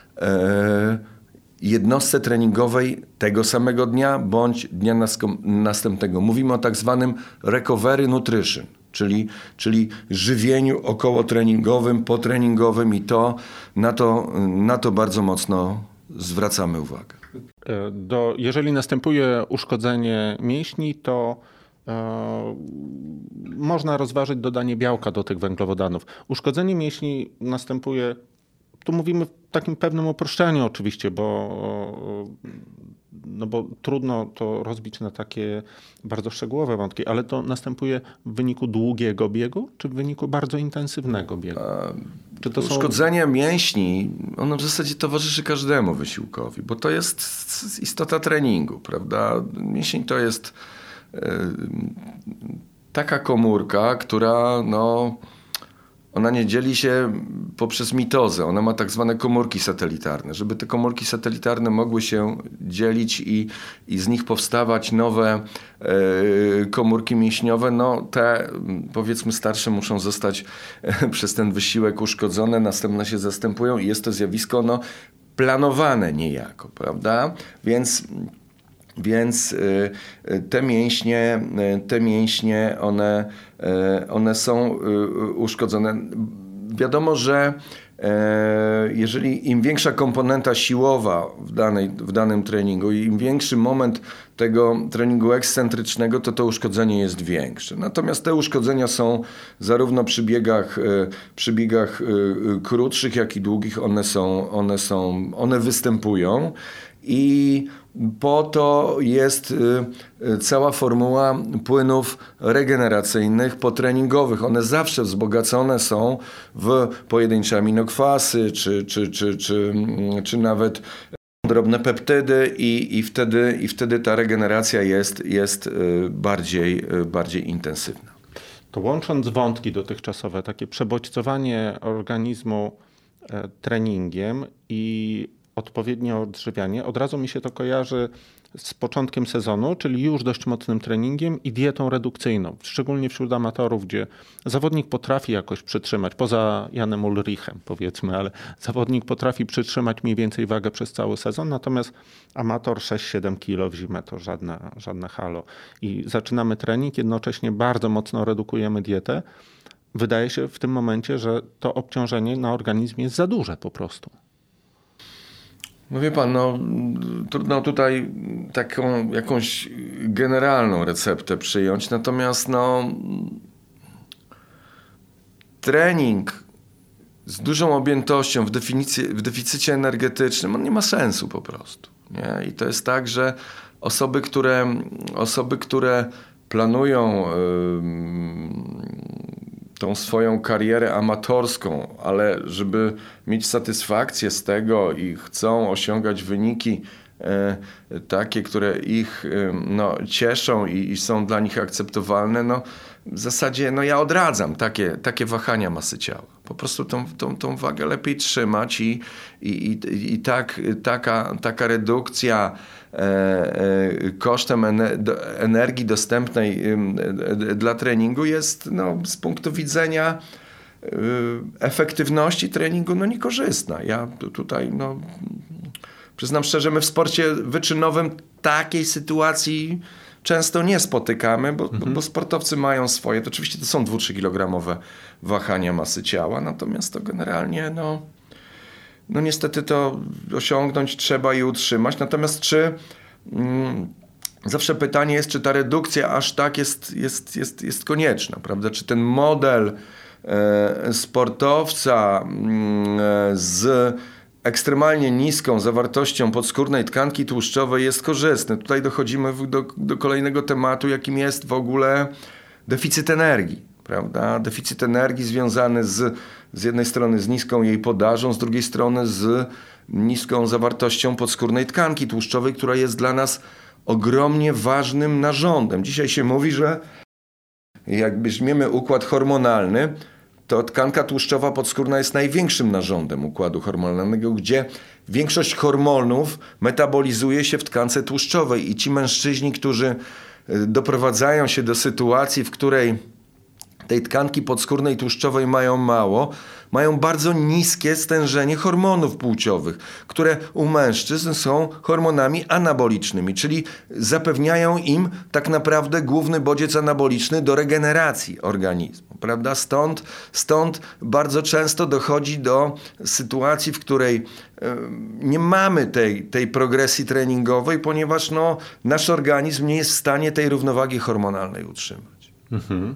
jednostce treningowej tego samego dnia bądź dnia następnego. Mówimy o tak zwanym recovery nutrition, czyli żywieniu okołotreningowym, potreningowym i na to bardzo mocno zwracamy uwagę. Jeżeli następuje uszkodzenie mięśni, to można rozważyć dodanie białka do tych węglowodanów. Uszkodzenie mięśni następuje, tu mówimy w takim pewnym uproszczeniu oczywiście, bo trudno to rozbić na takie bardzo szczegółowe wątki, ale to następuje w wyniku długiego biegu, czy w wyniku bardzo intensywnego biegu? Czy to uszkodzenie mięśni, ono w zasadzie towarzyszy każdemu wysiłkowi, bo to jest istota treningu, prawda? Mięsień to jest taka komórka, która ona nie dzieli się poprzez mitozę. Ona ma tak zwane komórki satelitarne. Żeby te komórki satelitarne mogły się dzielić i z nich powstawać nowe komórki mięśniowe, te powiedzmy starsze muszą zostać przez ten wysiłek uszkodzone, następne się zastępują i jest to zjawisko planowane niejako, prawda? Więc te mięśnie, one są uszkodzone. wiadomo, że jeżeli im większa komponenta siłowa w danym treningu i im większy moment tego treningu ekscentrycznego, to uszkodzenie jest większe. Natomiast te uszkodzenia są zarówno przy biegach krótszych, jak i długich, one występują i po to jest cała formuła płynów regeneracyjnych potreningowych. One zawsze wzbogacone są w pojedyncze aminokwasy, czy nawet drobne peptydy i wtedy ta regeneracja jest bardziej intensywna. To łącząc wątki dotychczasowe, takie przebodźcowanie organizmu treningiem i odpowiednie odżywianie, od razu mi się to kojarzy z początkiem sezonu, czyli już dość mocnym treningiem i dietą redukcyjną. Szczególnie wśród amatorów, gdzie zawodnik potrafi jakoś przytrzymać, poza Janem Ulrichem powiedzmy, ale zawodnik potrafi przytrzymać mniej więcej wagę przez cały sezon, natomiast amator 6-7 kg w zimę to żadne halo. I zaczynamy trening, jednocześnie bardzo mocno redukujemy dietę. Wydaje się w tym momencie, że to obciążenie na organizm jest za duże po prostu. No wie pan, trudno tutaj taką jakąś generalną receptę przyjąć, natomiast trening z dużą objętością w deficycie energetycznym, on nie ma sensu po prostu. Nie? I to jest tak, że osoby, które planują tą swoją karierę amatorską, ale żeby mieć satysfakcję z tego i chcą osiągać wyniki takie, które ich cieszą i są dla nich akceptowalne, w zasadzie ja odradzam takie wahania masy ciała. Po prostu tą wagę lepiej trzymać i taka redukcja kosztem energii dostępnej dla treningu jest z punktu widzenia efektywności treningu niekorzystna. Ja tutaj przyznam szczerze, my w sporcie wyczynowym takiej sytuacji często nie spotykamy, bo sportowcy mają swoje. To oczywiście to są 2-3 kilogramowe wahania masy ciała, natomiast to generalnie niestety to osiągnąć trzeba i utrzymać. Natomiast zawsze pytanie jest, czy ta redukcja aż tak jest konieczna, prawda? Czy ten model sportowca z ekstremalnie niską zawartością podskórnej tkanki tłuszczowej jest korzystny. Tutaj dochodzimy do kolejnego tematu, jakim jest w ogóle deficyt energii, prawda? Deficyt energii związany z jednej strony z niską jej podażą, z drugiej strony z niską zawartością podskórnej tkanki tłuszczowej, która jest dla nas ogromnie ważnym narządem. Dzisiaj się mówi, że jak weźmiemy układ hormonalny, to tkanka tłuszczowa podskórna jest największym narządem układu hormonalnego, gdzie większość hormonów metabolizuje się w tkance tłuszczowej i ci mężczyźni, którzy doprowadzają się do sytuacji, w której tej tkanki podskórnej tłuszczowej mają mało, mają bardzo niskie stężenie hormonów płciowych, które u mężczyzn są hormonami anabolicznymi, czyli zapewniają im tak naprawdę główny bodziec anaboliczny do regeneracji organizmu, prawda? Stąd bardzo często dochodzi do sytuacji, w której nie mamy tej progresji treningowej, ponieważ nasz organizm nie jest w stanie tej równowagi hormonalnej utrzymać. Mhm.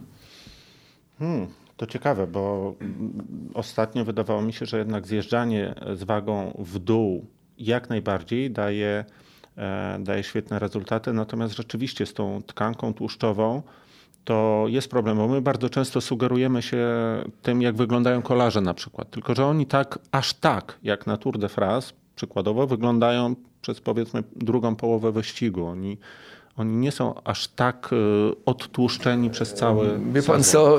To ciekawe, bo ostatnio wydawało mi się, że jednak zjeżdżanie z wagą w dół jak najbardziej daje świetne rezultaty, natomiast rzeczywiście z tą tkanką tłuszczową to jest problem, bo my bardzo często sugerujemy się tym, jak wyglądają kolarze na przykład, tylko że oni aż tak jak na Tour de France przykładowo wyglądają przez powiedzmy drugą połowę wyścigu. Oni nie są aż tak odtłuszczeni przez cały Wie pan co?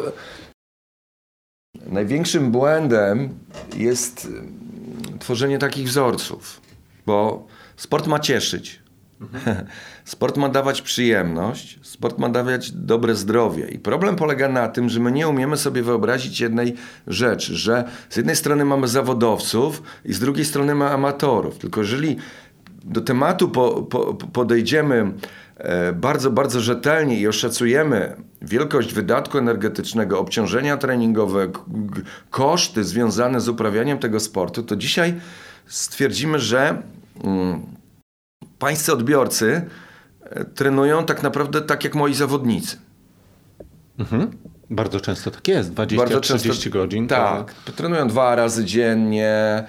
Największym błędem jest tworzenie takich wzorców, bo sport ma cieszyć. Sport ma dawać przyjemność, sport ma dawać dobre zdrowie. I problem polega na tym, że my nie umiemy sobie wyobrazić jednej rzeczy, że z jednej strony mamy zawodowców i z drugiej strony mamy amatorów. Tylko jeżeli do tematu podejdziemy bardzo, bardzo rzetelnie i oszacujemy wielkość wydatku energetycznego, obciążenia treningowe, koszty związane z uprawianiem tego sportu, to dzisiaj stwierdzimy, że pańscy odbiorcy trenują tak naprawdę tak jak moi zawodnicy. Bardzo często tak jest, 20-30 godzin. Tak, trenują 2 razy dziennie.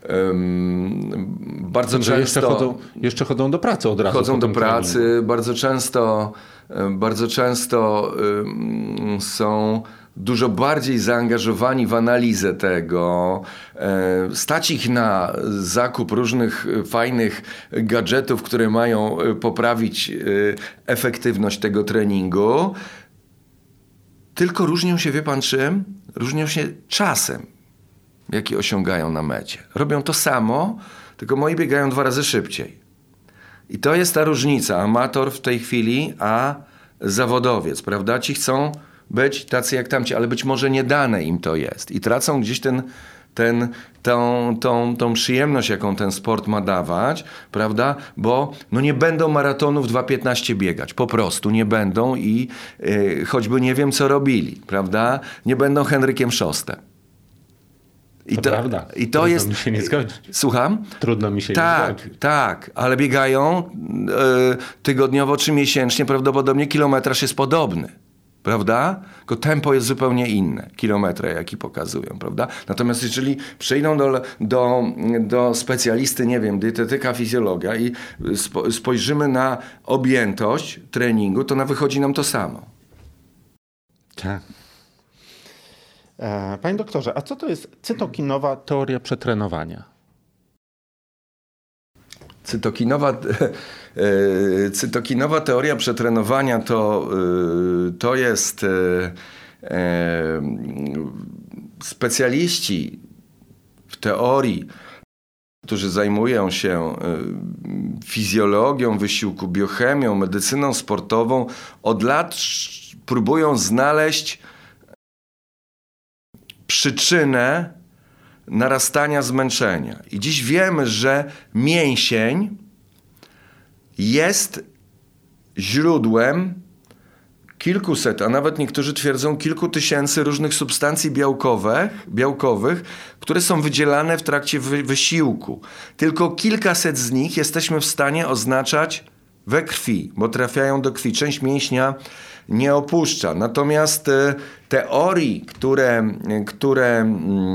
Bardzo często jeszcze chodzą do pracy od razu. Chodzą do pracy, treningu. Bardzo często są dużo bardziej zaangażowani w analizę tego. Stać ich na zakup różnych fajnych gadżetów, które mają poprawić efektywność tego treningu. Tylko różnią się, wie pan czym? Różnią się czasem, jaki osiągają na mecie. Robią to samo, tylko moi biegają 2 razy szybciej. I to jest ta różnica. Amator w tej chwili, a zawodowiec, prawda? Ci chcą być tacy jak tamci, ale być może nie dane im to jest. I tracą gdzieś tą przyjemność, jaką ten sport ma dawać, prawda? Bo nie będą maratonów 2:15 biegać. Po prostu nie będą i choćby nie wiem, co robili, prawda? Nie będą Henrykiem Szostem. To prawda. I to jest. Mi się nie zgodzi. Słucham? Trudno mi się nie zgodzić. Tak, ale biegają tygodniowo czy miesięcznie, prawdopodobnie kilometraż jest podobny. Prawda? Tylko tempo jest zupełnie inne. Kilometry, jaki pokazują, prawda? Natomiast jeżeli przejdą do specjalisty, nie wiem, dietetyka, fizjologa i spojrzymy na objętość treningu, to wychodzi nam to samo. Tak. Panie doktorze, a co to jest cytokinowa teoria przetrenowania? Cytokinowa teoria przetrenowania to jest specjaliści w teorii, którzy zajmują się fizjologią wysiłku, biochemią, medycyną sportową, od lat próbują znaleźć przyczynę narastania zmęczenia. I dziś wiemy, że mięsień jest źródłem kilkuset, a nawet niektórzy twierdzą kilku tysięcy różnych substancji białkowych, które są wydzielane w trakcie wysiłku. Tylko kilkaset z nich jesteśmy w stanie oznaczać we krwi, bo trafiają do krwi. Część nie opuszcza. Natomiast teorii, które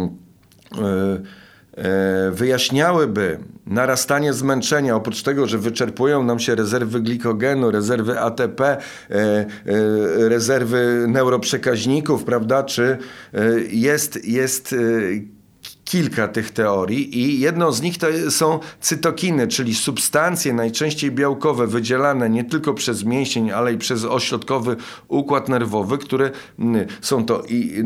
wyjaśniałyby narastanie zmęczenia, oprócz tego, że wyczerpują nam się rezerwy glikogenu, rezerwy ATP, rezerwy neuroprzekaźników, prawda? Czy jest kilka tych teorii i jedną z nich to są cytokiny, czyli substancje najczęściej białkowe wydzielane nie tylko przez mięsień, ale i przez ośrodkowy układ nerwowy, które są to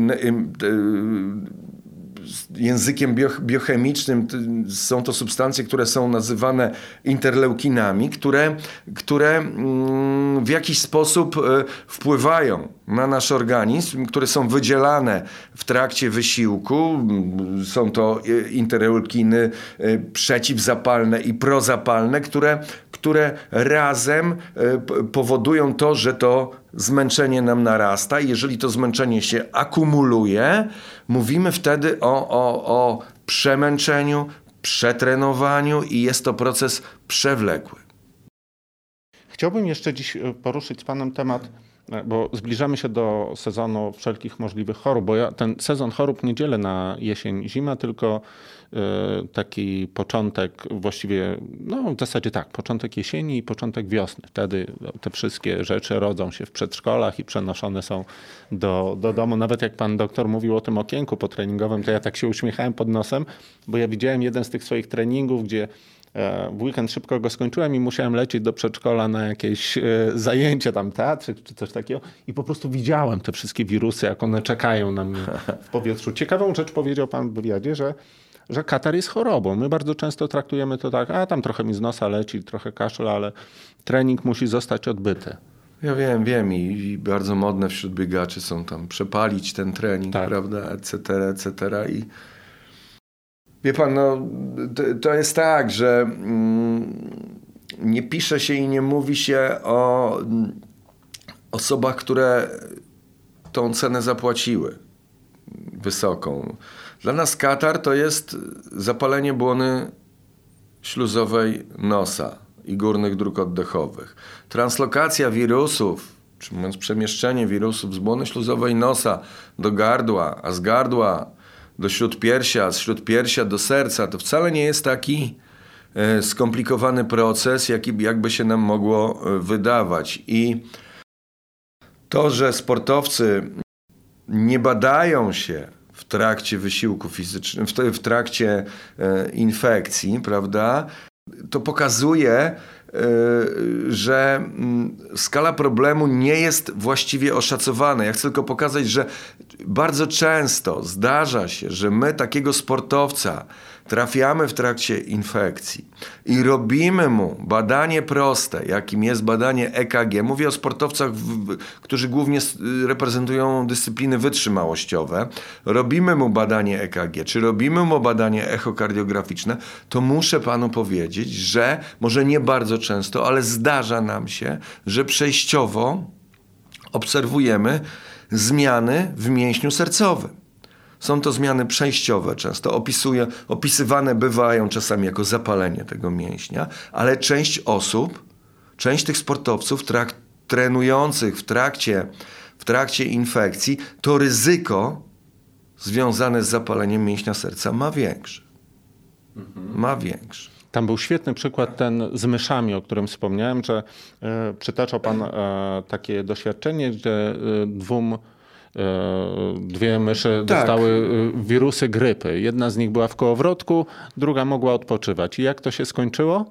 językiem biochemicznym są to substancje, które są nazywane interleukinami, które w jakiś sposób wpływają na nasz organizm, które są wydzielane w trakcie wysiłku. Są to interleukiny przeciwzapalne i prozapalne, które razem powodują to, że to zmęczenie nam narasta i jeżeli to zmęczenie się akumuluje, mówimy wtedy o przemęczeniu, przetrenowaniu i jest to proces przewlekły. Chciałbym jeszcze dziś poruszyć z panem temat, bo zbliżamy się do sezonu wszelkich możliwych chorób, bo ja ten sezon chorób nie dzielę na jesień, zima, tylko taki początek właściwie, w zasadzie tak, początek jesieni i początek wiosny. Wtedy te wszystkie rzeczy rodzą się w przedszkolach i przenoszone są do domu. Nawet jak pan doktor mówił o tym okienku potreningowym, to ja tak się uśmiechałem pod nosem, bo ja widziałem jeden z tych swoich treningów, gdzie w weekend szybko go skończyłem i musiałem lecieć do przedszkola na jakieś zajęcia tam teatry czy coś takiego i po prostu widziałem te wszystkie wirusy, jak one czekają na mnie w powietrzu. Ciekawą rzecz powiedział pan w wywiadzie, że katar jest chorobą. My bardzo często traktujemy to tak, tam trochę mi z nosa leci, trochę kaszle, ale trening musi zostać odbyty. Ja wiem i bardzo modne wśród biegaczy są tam przepalić ten trening, tak, prawda, etc. Wie pan, no, to jest tak, że nie pisze się i nie mówi się o osobach, które tą cenę zapłaciły wysoką. Dla nas katar to jest zapalenie błony śluzowej nosa i górnych dróg oddechowych. Translokacja wirusów, czy mówiąc przemieszczenie wirusów z błony śluzowej nosa do gardła, a z gardła do śródpiersia, z śródpiersia do serca, to wcale nie jest taki skomplikowany proces, jakby się nam mogło wydawać. I to, że sportowcy nie badają się w trakcie wysiłku fizycznego, w trakcie infekcji, prawda, to pokazuje, że skala problemu nie jest właściwie oszacowana. Ja chcę tylko pokazać, że bardzo często zdarza się, że my takiego sportowca trafiamy w trakcie infekcji i robimy mu badanie proste, jakim jest badanie EKG. Mówię o sportowcach, którzy głównie reprezentują dyscypliny wytrzymałościowe. Robimy mu badanie EKG, czy robimy mu badanie echokardiograficzne, to muszę panu powiedzieć, że może nie bardzo często, ale zdarza nam się, że przejściowo obserwujemy zmiany w mięśniu sercowym. Są to zmiany przejściowe, często opisywane bywają czasami jako zapalenie tego mięśnia, ale część osób, część tych sportowców trenujących w trakcie infekcji, to ryzyko związane z zapaleniem mięśnia serca ma większe. Ma większe. Tam był świetny przykład ten z myszami, o którym wspomniałem, że przytaczał pan takie doświadczenie, gdzie dwie myszy dostały wirusy grypy. Jedna z nich była w kołowrotku, druga mogła odpoczywać. I jak to się skończyło?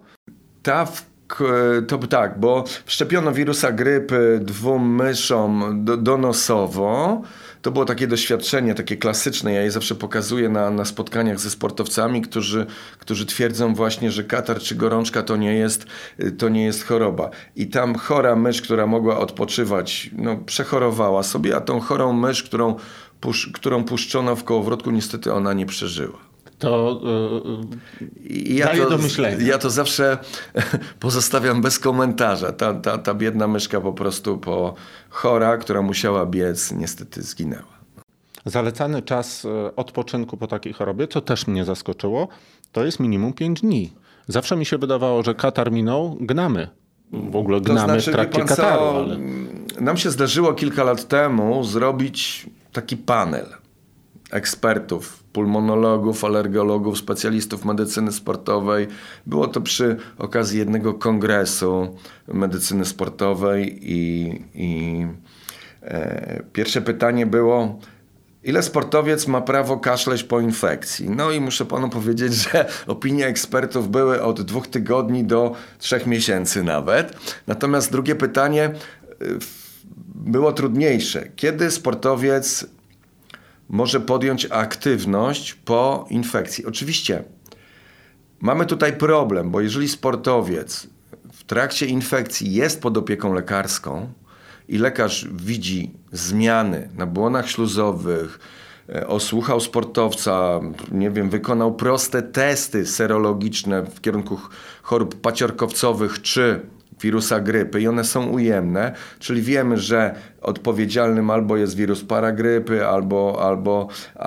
Bo wszczepiono wirusa grypy 2 myszom donosowo. To było takie doświadczenie, takie klasyczne. Ja je zawsze pokazuję na spotkaniach ze sportowcami, którzy twierdzą właśnie, że katar czy gorączka to nie jest choroba. I tam chora mysz, która mogła odpoczywać, przechorowała sobie, a tą chorą mysz, którą puszczono w kołowrotku, niestety ona nie przeżyła. To daje do myślenia. Ja to zawsze pozostawiam bez komentarza. Ta biedna myszka po prostu chora, która musiała biec, niestety zginęła. Zalecany czas odpoczynku po takiej chorobie, co też mnie zaskoczyło, to jest minimum 5 dni. Zawsze mi się wydawało, że katar minął, gnamy. W ogóle gnamy w trakcie kataru. Ale... Nam się zdarzyło kilka lat temu zrobić taki panel ekspertów, pulmonologów, alergologów, specjalistów medycyny sportowej. Było to przy okazji jednego kongresu medycyny sportowej i pierwsze pytanie było: ile sportowiec ma prawo kaszleć po infekcji? No i muszę panu powiedzieć, że opinie ekspertów były od 2 tygodni do 3 miesięcy nawet. Natomiast drugie pytanie było trudniejsze. Kiedy sportowiec może podjąć aktywność po infekcji? Oczywiście mamy tutaj problem, bo jeżeli sportowiec w trakcie infekcji jest pod opieką lekarską i lekarz widzi zmiany na błonach śluzowych, osłuchał sportowca, wykonał proste testy serologiczne w kierunku chorób paciorkowcowych czy wirusa grypy i one są ujemne, czyli wiemy, że odpowiedzialnym albo jest wirus paragrypy, albo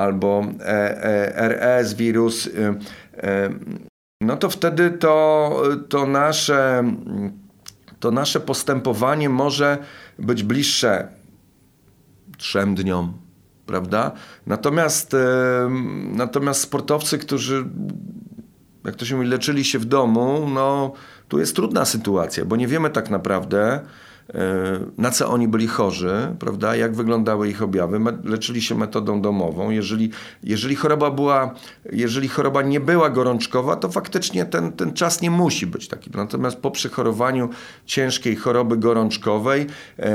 RS wirus, no to wtedy to nasze postępowanie może być bliższe 3 dniom, prawda? Natomiast sportowcy, którzy, jak to się mówi, leczyli się w domu, tu jest trudna sytuacja, bo nie wiemy tak naprawdę, na co oni byli chorzy, prawda? Jak wyglądały ich objawy. Leczyli się metodą domową. Jeżeli choroba nie była gorączkowa, to faktycznie ten czas nie musi być taki. Natomiast po przechorowaniu ciężkiej choroby gorączkowej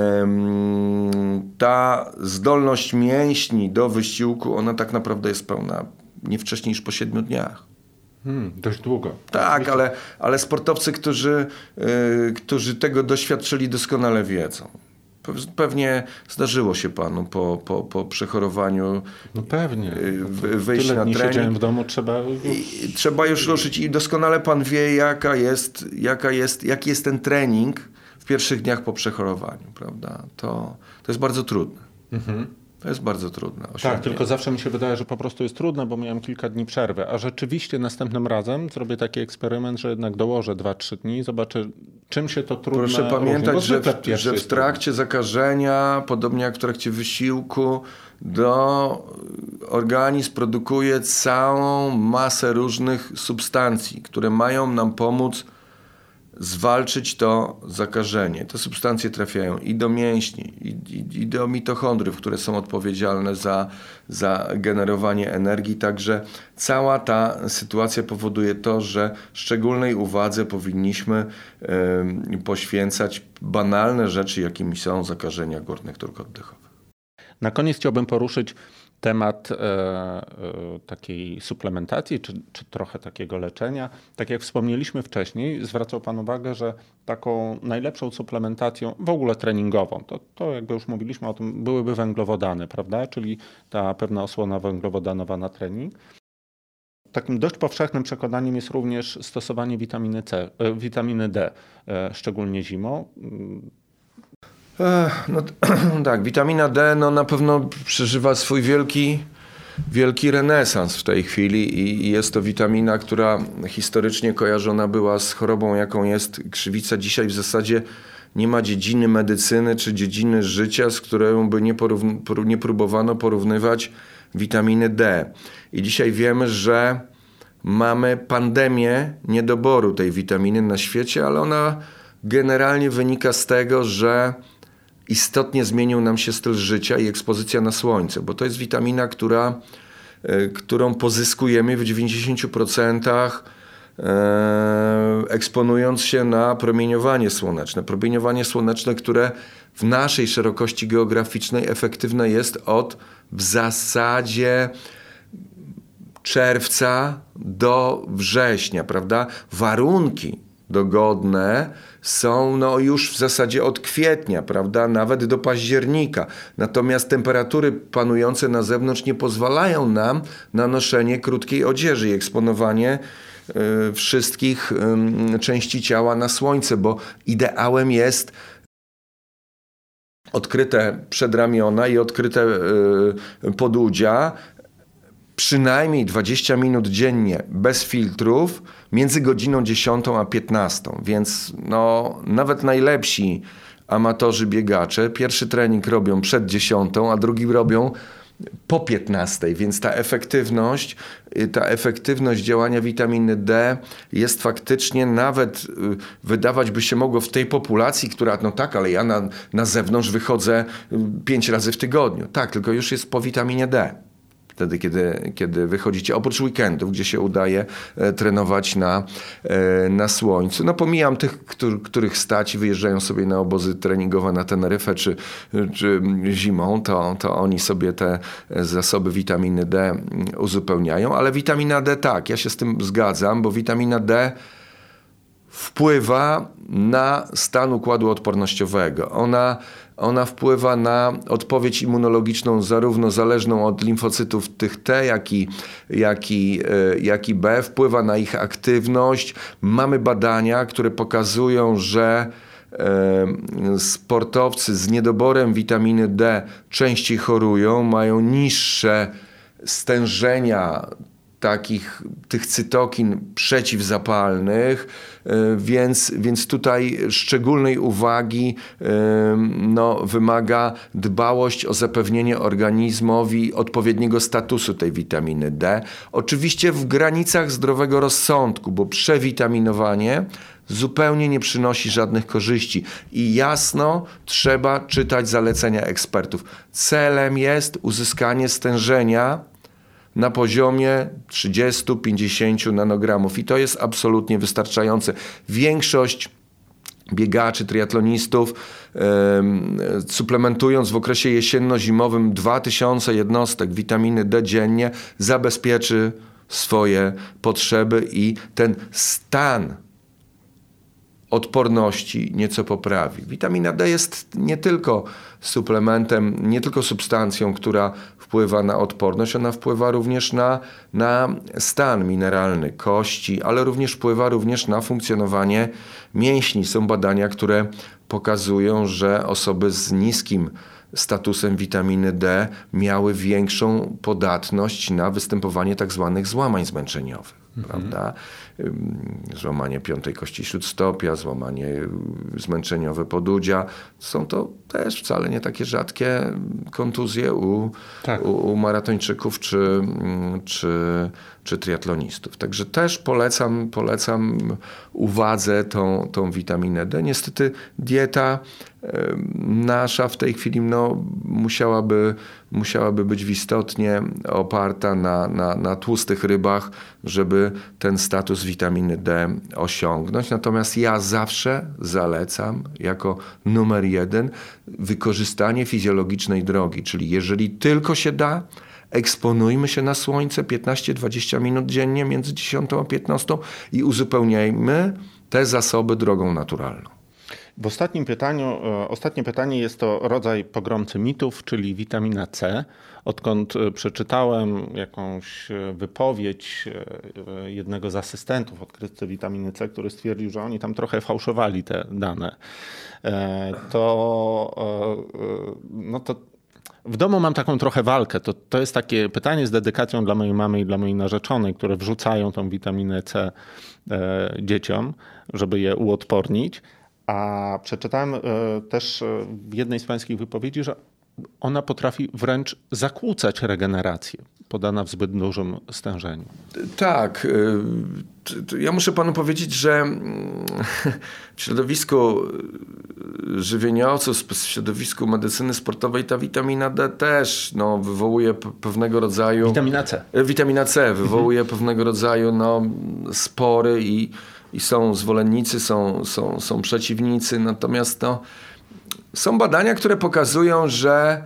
ta zdolność mięśni do wysiłku, ona tak naprawdę jest pełna nie wcześniej niż po 7 dniach. Dość długo. Tak, ale sportowcy, którzy tego doświadczyli, doskonale wiedzą. Pewnie zdarzyło się panu po przechorowaniu No pewnie. Wyjść Tyle na dni trening. siedziałem w domu, Trzeba już ruszyć i doskonale pan wie, jaki jest ten trening w pierwszych dniach po przechorowaniu, prawda? To jest bardzo trudne. To jest bardzo trudne. Tak, tylko zawsze mi się wydaje, że po prostu jest trudne, bo miałem kilka dni przerwy, a rzeczywiście następnym razem zrobię taki eksperyment, że jednak dołożę 2-3 dni i zobaczę, czym się to trudne Proszę pamiętać, różni, że w trakcie zakażenia, podobnie jak w trakcie wysiłku, organizm produkuje całą masę różnych substancji, które mają nam pomóc zwalczyć to zakażenie. Te substancje trafiają i do mięśni, i do mitochondriów, które są odpowiedzialne za generowanie energii. Także cała ta sytuacja powoduje to, że szczególnej uwadze powinniśmy poświęcać banalne rzeczy, jakimi są zakażenia górnych dróg oddechowych. Na koniec chciałbym poruszyć temat takiej suplementacji, czy trochę takiego leczenia. Tak jak wspomnieliśmy wcześniej, zwracał pan uwagę, że taką najlepszą suplementacją, w ogóle treningową, to jakby już mówiliśmy o tym, byłyby węglowodany, prawda? Czyli ta pewna osłona węglowodanowa na trening. Takim dość powszechnym przekonaniem jest również stosowanie witaminy D, szczególnie zimą. No tak, witamina D na pewno przeżywa swój wielki renesans w tej chwili i jest to witamina, która historycznie kojarzona była z chorobą, jaką jest krzywica. Dzisiaj w zasadzie nie ma dziedziny medycyny czy dziedziny życia, z którą by nie próbowano porównywać witaminy D. I dzisiaj wiemy, że mamy pandemię niedoboru tej witaminy na świecie, ale ona generalnie wynika z tego, że istotnie zmienił nam się styl życia i ekspozycja na słońce, bo to jest witamina, którą pozyskujemy w 90% eksponując się na promieniowanie słoneczne. Promieniowanie słoneczne, które w naszej szerokości geograficznej efektywne jest od w zasadzie czerwca do września, prawda? Warunki dogodne są już w zasadzie od kwietnia, prawda, nawet do października. Natomiast temperatury panujące na zewnątrz nie pozwalają nam na noszenie krótkiej odzieży i eksponowanie wszystkich części ciała na słońce, bo ideałem jest odkryte przedramiona i odkryte podudzia, przynajmniej 20 minut dziennie bez filtrów między godziną 10 a 15. Więc nawet najlepsi amatorzy biegacze pierwszy trening robią przed 10, a drugi robią po 15. Więc ta efektywność działania witaminy D jest faktycznie nawet, wydawać by się mogło w tej populacji, która, ale ja na zewnątrz wychodzę 5 razy w tygodniu. Tak, tylko już jest po witaminie D. Wtedy, kiedy wychodzicie, oprócz weekendów, gdzie się udaje trenować na słońcu. Pomijam tych, których stać i wyjeżdżają sobie na obozy treningowe na Teneryfę czy zimą, to oni sobie te zasoby witaminy D uzupełniają. Ale witamina D tak, ja się z tym zgadzam, bo witamina D wpływa na stan układu odpornościowego. Ona wpływa na odpowiedź immunologiczną zarówno zależną od limfocytów tych T, jak i B. Wpływa na ich aktywność. Mamy badania, które pokazują, że sportowcy z niedoborem witaminy D częściej chorują, mają niższe stężenia tych cytokin przeciwzapalnych, więc tutaj szczególnej uwagi wymaga dbałość o zapewnienie organizmowi odpowiedniego statusu tej witaminy D. Oczywiście w granicach zdrowego rozsądku, bo przewitaminowanie zupełnie nie przynosi żadnych korzyści i jasno trzeba czytać zalecenia ekspertów. Celem jest uzyskanie stężenia na poziomie 30-50 nanogramów i to jest absolutnie wystarczające. Większość biegaczy, triatlonistów suplementując w okresie jesienno-zimowym 2000 jednostek witaminy D dziennie zabezpieczy swoje potrzeby i ten stan odporności nieco poprawi. Witamina D jest nie tylko suplementem, nie tylko substancją, która wpływa na odporność, ona wpływa również na stan mineralny kości, ale również wpływa również na funkcjonowanie mięśni. Są badania, które pokazują, że osoby z niskim statusem witaminy D miały większą podatność na występowanie tak zwanych złamań zmęczeniowych. Prawda? Złamanie piątej kości śródstopia, złamanie zmęczeniowe podudzia. Są to też wcale nie takie rzadkie kontuzje u maratończyków czy triatlonistów. Także też polecam uwadze tą witaminę D. Niestety dieta nasza w tej chwili musiałaby być istotnie oparta na tłustych rybach, żeby ten status witaminy D osiągnąć. Natomiast ja zawsze zalecam jako numer 1 wykorzystanie fizjologicznej drogi, czyli jeżeli tylko się da, eksponujmy się na słońce 15-20 minut dziennie między 10 a 15 i uzupełniajmy te zasoby drogą naturalną. W ostatnie pytanie jest to rodzaj pogromcy mitów, czyli witamina C. Odkąd przeczytałem jakąś wypowiedź jednego z asystentów odkrywcy witaminy C, który stwierdził, że oni tam trochę fałszowali te dane, to w domu mam taką trochę walkę. To jest takie pytanie z dedykacją dla mojej mamy i dla mojej narzeczonej, które wrzucają tą witaminę C dzieciom, żeby je uodpornić. A przeczytałem też w jednej z pańskich wypowiedzi, że ona potrafi wręcz zakłócać regenerację, podana w zbyt dużym stężeniu. Tak. Ja muszę panu powiedzieć, że w środowisku żywieniowców, w środowisku medycyny sportowej ta witamina D też wywołuje pewnego rodzaju... Witamina C wywołuje pewnego rodzaju spory i są zwolennicy, są przeciwnicy. Natomiast są badania, które pokazują, że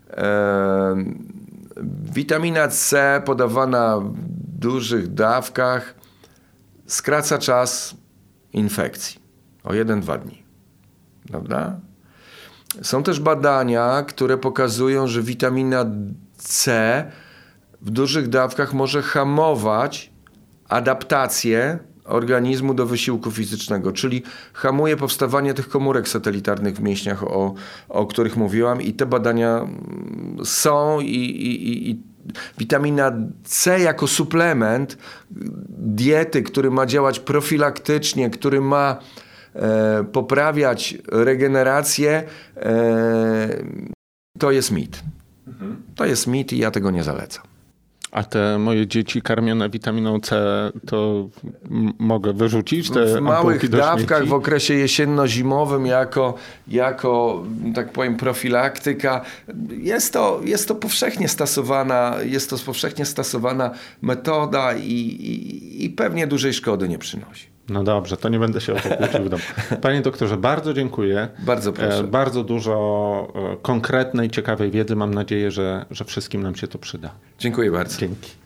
witamina C podawana w dużych dawkach skraca czas infekcji o 1-2 dni. Prawda? Są też badania, które pokazują, że witamina C w dużych dawkach może hamować adaptację organizmu do wysiłku fizycznego, czyli hamuje powstawanie tych komórek satelitarnych w mięśniach, o których mówiłam, i te badania są i witamina C jako suplement diety, który ma działać profilaktycznie, który ma poprawiać regenerację, to jest mit. To jest mit i ja tego nie zalecam. A te moje dzieci karmione witaminą C, to mogę wyrzucić te w małych dawkach śmieci? W okresie jesienno-zimowym jako tak powiem profilaktyka. Jest to powszechnie stosowana metoda i pewnie dużej szkody nie przynosi. No dobrze, to nie będę się o to kłócił w domu. Panie doktorze, bardzo dziękuję. Bardzo proszę. Bardzo dużo konkretnej, ciekawej wiedzy. Mam nadzieję, że wszystkim nam się to przyda. Dziękuję bardzo. Dzięki.